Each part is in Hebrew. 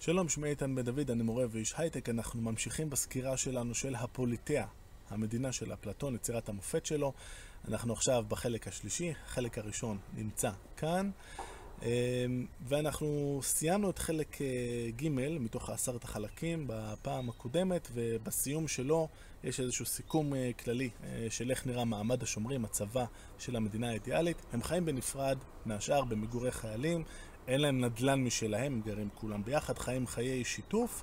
שלום, שמי איתן בן דוד, אני מורה ואיש הייטק. אנחנו ממשיכים בסקירה שלנו של הפוליטאה, המדינה של אפלטון, יצירת המופת שלו. אנחנו עכשיו בחלק השלישי, החלק הראשון נמצא כאן, ואנחנו סיימנו את חלק ג' מתוך 10 החלקים בפעם הקודמת, ובסיום שלו יש איזשהו סיכום כללי של איך נראה מעמד השומרים, הצבא של המדינה האידיאלית. הם חיים בנפרד מהשאר במגורי חיילים, אין להם נדלן משלהם, הם גרים כולם ביחד, חיים חיי שיתוף,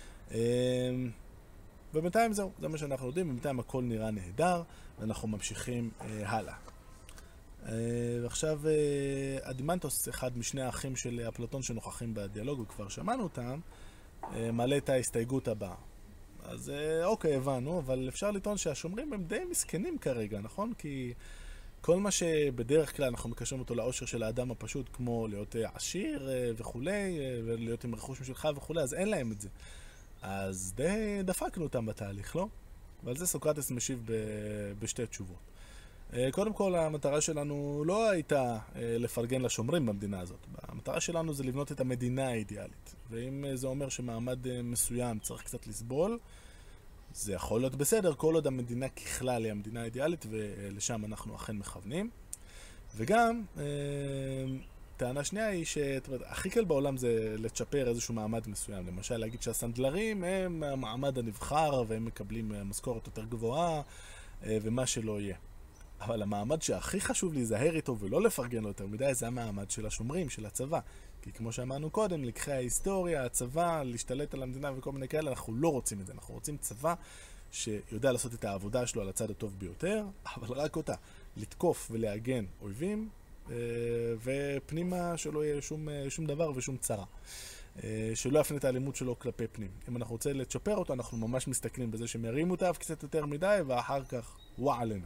ובינתיים זהו, זה מה שאנחנו יודעים, ובינתיים הכל נראה נהדר, ואנחנו ממשיכים הלאה. ועכשיו אדימנטוס, אחד משני האחים של אפלטון שנוכחים בדיאלוג, וכבר שמענו אותם, מעלה את ההסתייגות הבאה. אז אוקיי, הבנו, אבל אפשר לטעון שהשומרים הם די מסכנים כרגע, נכון? כי כל מה שבדרך כלל אנחנו מקשרים אותו לאושר של האדם הפשוט, כמו להיות עשיר וכולי, ולהיות עם רכוש משלך וכולי, אז אין להם את זה. אז די דפקנו אותם בתהליך, לא? ועל זה סוקרטס משיב בשתי תשובות. קודם כל, המטרה שלנו לא הייתה לפרגן לשומרים במדינה הזאת. המטרה שלנו זה לבנות את המדינה האידיאלית. ואם זה אומר שמעמד מסוים צריך קצת לסבול, זה יכול להיות בסדר, כל עוד המדינה ככלל היא המדינה האידיאלית, ולשם אנחנו אכן מכוונים. וגם, טענה שנייה היא שהכי קל בעולם זה לצ'פר איזשהו מעמד מסוים. למשל, להגיד שהסנדלרים הם המעמד הנבחר, והם מקבלים משכורת יותר גבוהה, ומה שלא יהיה. אבל המעמד שהכי חשוב להיזהר איתו ולא לפרגן לו יותר מדי, זה המעמד של השומרים, של הצבא. כי כמו שאמרנו קודם, לקחי ההיסטוריה, הצבא, להשתלט על המדינה וכל מיני כאלה, אנחנו לא רוצים את זה. אנחנו רוצים צבא שיודע לעשות את העבודה שלו על הצד הטוב ביותר, אבל רק אותה. לתקוף ולהגן אויבים, ופנימה שלא יהיה שום דבר ושום צרה. שלא יפנה את האלימות שלו כלפי פנים. אם אנחנו רוצים לצ'פר אותו, אנחנו ממש מסתכלים בזה שמרימו אותה קצת יותר מדי, ואחר כך וואלנה.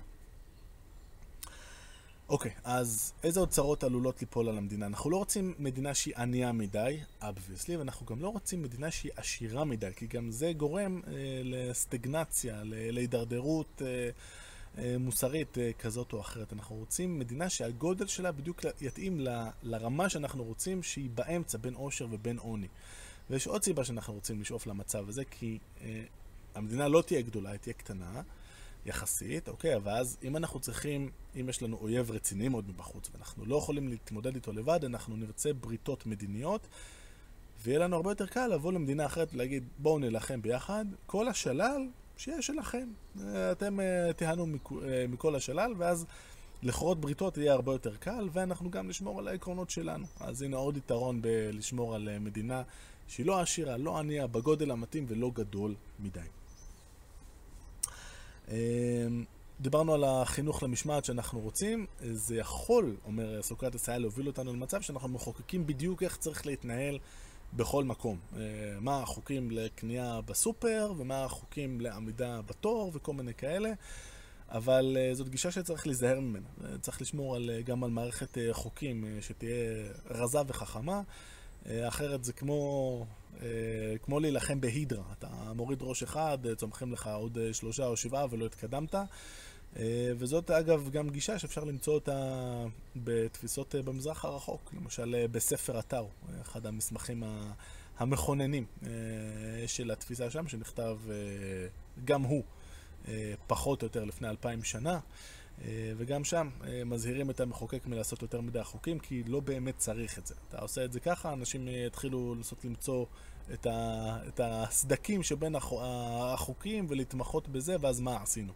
אוקיי, אז איזה עוד צרות עלולות ליפול על המדינה? אנחנו לא רוצים מדינה שהיא ענייה מדי, obviously, ואנחנו גם לא רוצים מדינה שהיא עשירה מדי, כי גם זה גורם לסטגנציה, להידרדרות מוסרית כזאת או אחרת. אנחנו רוצים מדינה שהגודל שלה בדיוק יתאים לרמה שאנחנו רוצים, שהיא באמצע בין עושר ובין עוני. ויש עוד סיבה שאנחנו רוצים לשאוף למצב הזה, כי המדינה לא תהיה גדולה, היא תהיה קטנה, יחסית, אוקיי, אבל אז אם אנחנו צריכים, אם יש לנו אויב רציני מאוד מבחוץ, ואנחנו לא יכולים להתמודד איתו לבד, אנחנו נרצה בריתות מדיניות, ויהיה לנו הרבה יותר קל לבוא למדינה אחרת ולהגיד, בואו נלחם ביחד, כל השלל שיהיה שלכם. אתם תיהנו מכל השלל, ואז לכרות בריתות יהיה הרבה יותר קל, ואנחנו גם נשמור על העקרונות שלנו. אז הנה עוד יתרון בלשמור על מדינה שהיא לא עשירה, לא ענייה, בגודל המתאים ולא גדול מדי. דיברנו על החינוך למשמעת שאנחנו רוצים. זה יכול, אומר סוקרטס, היה להוביל אותנו למצב שאנחנו מחוקקים בדיוק איך צריך להתנהל בכל מקום. מה החוקים לקנייה בסופר, ומה החוקים לעמידה בתור וכל מיני כאלה. אבל זאת גישה שצריך להיזהר ממנה. צריך לשמור גם על מערכת חוקים שתהיה רזה וחכמה. אחרת זה כמו להילחם בהידרה. אתה מוריד ראש אחד, צומחים לך עוד 3 או 7 ולא התקדמת. וזאת אגב גם גישה שאפשר למצוא אותה בתפיסות במזרח הרחוק. למשל בספר אתר, אחד המסמכים המכוננים של התפיסה שם, שנכתב גם הוא פחות או יותר לפני 2000 שנה. וגם שם מזהירים את המחוקק מלעשות יותר מדי החוקים, כי לא באמת צריך את זה. אתה עושה את זה ככה, אנשים יתחילו לנסות למצוא את הסדקים שבין החוקים ולהתמחות בזה, ואז מה עשינו?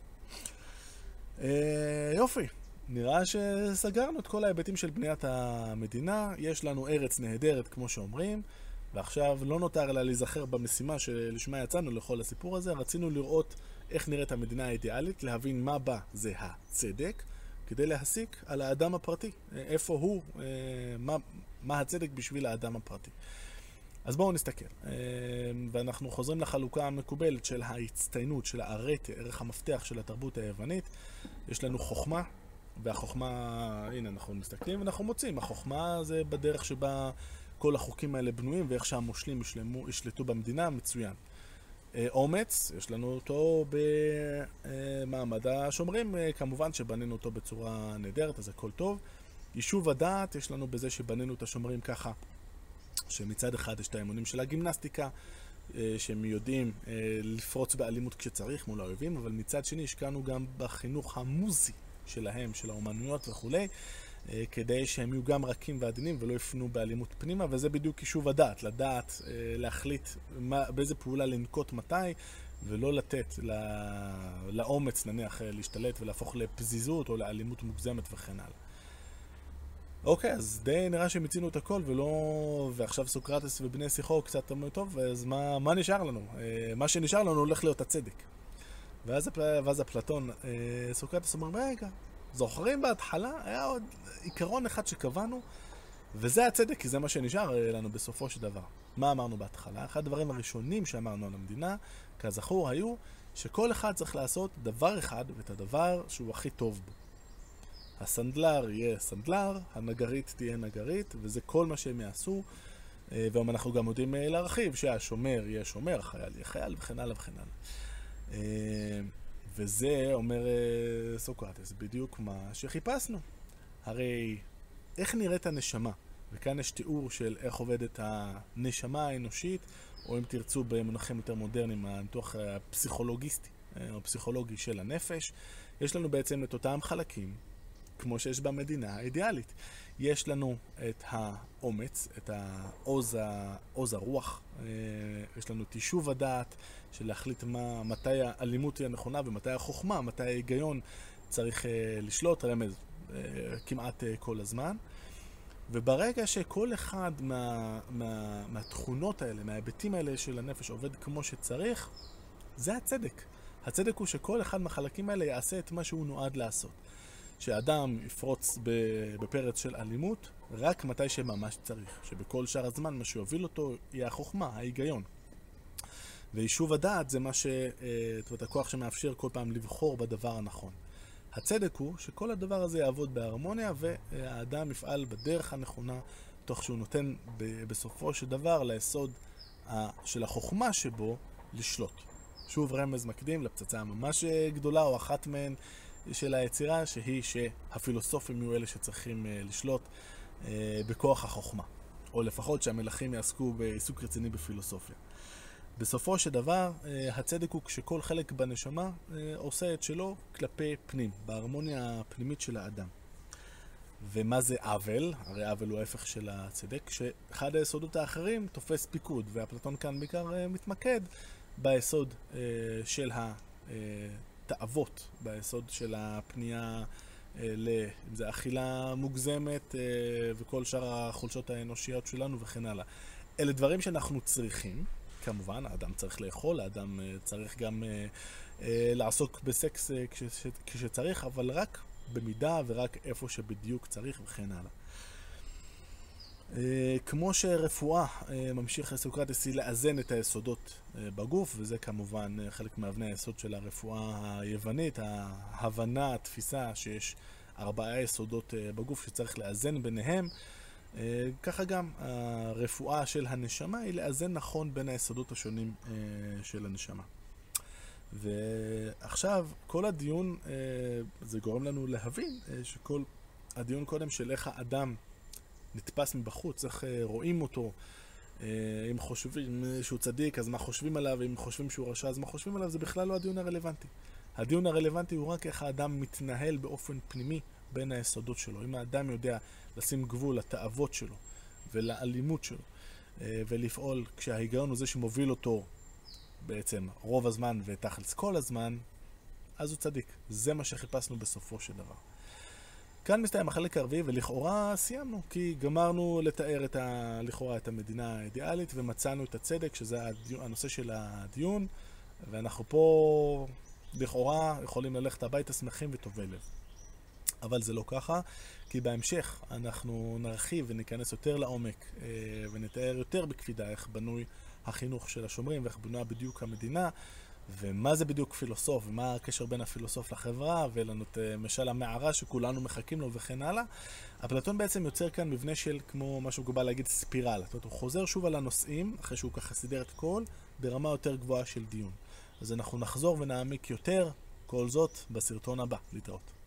יופי, נראה שסגרנו את כל ההיבטים של בניית המדינה. יש לנו ארץ נהדרת כמו שאומרים, ועכשיו לא נותר אלא להיזכר במשימה שלשמה יצאנו לכל הסיפור הזה. רצינו לראות איך נראית המדינה האידיאלית, להבין מה בה זה הצדק, כדי להסיק על האדם הפרטי, איפה הוא, מה הצדק בשביל האדם הפרטי. אז בואו נסתכל, ואנחנו חוזרים לחלוקה המקובלת של ההצטיינות, של הארטה, ערך המפתח של התרבות היוונית. יש לנו חוכמה, והחוכמה, הנה אנחנו מסתכלים ואנחנו מוצאים, החוכמה זה בדרך שבה כל החוקים האלה בנויים, ואיך שהמושלים ישלטו במדינה, מצוין. אומץ, יש לנו אותו במעמד השומרים, כמובן שבנינו אותו בצורה נהדרת, אז הכל טוב. יישוב הדעת, יש לנו בזה שבנינו את השומרים ככה שמצד אחד יש את האמונים של הגימנסטיקה, שהם יודעים לפרוץ באלימות כשצריך מול האויבים, אבל מצד שני השקענו גם בחינוך המוזי שלהם, של האומנויות וכולי, כדי שהם יהיו גם רכים ועדינים ולא יפנו באלימות פנימה, וזה בדיוק יישוב הדעת, לדעת להחליט באיזה פעולה לנקוט מתי, ולא לתת לאומץ נניח להשתלט ולהפוך לפזיזות או לאלימות מוגזמת וכן הלאה. אוקיי, אז די נראה שמיצינו את הכל, ועכשיו סוקרטס ובני שיחו קצת טוב, אז מה נשאר לנו? מה שנשאר לנו הולך להיות הצדק. ואז אפלטון, סוקרטס אומר, רגע, זוכרים בהתחלה? היה עוד עיקרון אחד שקבענו, וזה הצדק, כי זה מה שנשאר לנו בסופו של דבר. מה אמרנו בהתחלה? אחד הדברים הראשונים שאמרנו על המדינה, כזכור, היו שכל אחד צריך לעשות דבר אחד, ואת הדבר שהוא הכי טוב בו. הסנדלר יהיה סנדלר, הנגרית תהיה נגרית, וזה כל מה שהם יעשו. ואנחנו גם יודעים להרחיב שהשומר יהיה שומר, החייל יהיה חייל, וכן הלאה וכן הלאה. וזה, אומר סוקרטס, בדיוק מה שחיפשנו. הרי איך נראית הנשמה? וכאן יש תיאור של איך עובדת הנשמה האנושית, או אם תרצו במונחים יותר מודרניים, הניתוח הפסיכולוגיסטי, או פסיכולוגי של הנפש. יש לנו בעצם את אותם חלקים, כמו שיש במדינה האידיאלית. יש לנו את האומץ, את עוז הרוח, יש לנו את יישוב הדעת של להחליט מתי האלימות היא הנכונה ומתי החוכמה, מתי ההיגיון צריך לשלוט, רמז כמעט כל הזמן. וברגע שכל אחד מהתכונות האלה, מההיבטים האלה של הנפש עובד כמו שצריך, זה הצדק. הצדק הוא שכל אחד מהחלקים האלה יעשה את מה שהוא נועד לעשות. שאדם יפרוץ בפרץ של אלימות רק מתי שממש צריך. שבכל שאר הזמן מה שיוביל אותו יהיה החוכמה, ההיגיון. ויישוב הדעת זה את הכוח שמאפשר כל פעם לבחור בדבר הנכון. הצדק הוא שכל הדבר הזה יעבוד בהרמוניה והאדם יפעל בדרך הנכונה תוך שהוא נותן בסופו של דבר ליסוד של החוכמה שבו לשלוט. שוב רמז מקדים לפצצה ממש גדולה או אחת מהן של היצירה שהיא שהפילוסופים יהיו אלה שצריכים לשלוט בכוח החוכמה. או לפחות שהמלכים יעסקו בעיסוק רציני בפילוסופיה. בסופו של דבר, הצדק הוא כשכל חלק בנשמה עושה את שלו כלפי פנים, בהרמוניה הפנימית של האדם. ומה זה עוול? הרי עוול הוא ההפך של הצדק, שאחד היסודות האחרים תופס פיקוד, ואפלטון כאן בעיקר מתמקד ביסוד של התאוות, ביסוד של הפנייה אם זה אכילה מוגזמת וכל שאר החולשות האנושיות שלנו וכן הלאה. אלה דברים שאנחנו צריכים. כמובן, האדם צריך לאכול, האדם צריך גם לעסוק בסקס כשצריך, אבל רק במידה ורק איפה שבדיוק צריך וכן הלאה. כמו שרפואה ממשיך סוקרטס היא לאזן את היסודות בגוף, וזה כמובן חלק מאבני היסוד של הרפואה היוונית, ההבנה, התפיסה שיש 4 יסודות בגוף שצריך לאזן ביניהם. ככה גם הרפואה של הנשמה היא לאזן נכון בין היסודות השונים של הנשמה. ועכשיו כל הדיון, זה גורם לנו להבין שכל הדיון קודם של איך האדם נתפס מבחוץ, איך רואים אותו, אם חושבים שהוא צדיק אז מה חושבים עליו, אם חושבים שהוא רשע אז מה חושבים עליו, זה בכלל לא הדיון הרלוונטי. הדיון הרלוונטי הוא רק איך האדם מתנהל באופן פנימי בין היסודות שלו. אם האדם יודע לשים גבול לתאוות שלו ולאלימות שלו ולפעול כשההיגיון הוא זה שמוביל אותו בעצם רוב הזמן ותכלס כל הזמן, אז הוא צדיק. זה מה שחיפשנו בסופו של דבר. כאן מסתיים החלק הרביעי ולכאורה סיימנו, כי גמרנו לתאר לכאורה את המדינה האידיאלית ומצאנו את הצדק, שזה הנושא של הדיון, ואנחנו פה לכאורה יכולים ללכת הביתה שמחים וטובי לב. אבל זה לא ככה, כי בהמשך אנחנו נרחיב וניכנס יותר לעומק ונתאר יותר בקפידה איך בנוי החינוך של השומרים ואיך בנויה בדיוק המדינה ומה זה בדיוק פילוסוף ומה הקשר בין הפילוסוף לחברה ולנו את משל המערה שכולנו מחכים לו וכן הלאה. אפלטון בעצם יוצר כאן מבנה של כמו משהו גובה להגיד ספירל. זאת אומרת, הוא חוזר שוב על הנושאים אחרי שהוא ככה סידר את כל ברמה יותר גבוהה של דיון. אז אנחנו נחזור ונעמיק יותר כל זאת בסרטון הבא. להתראות.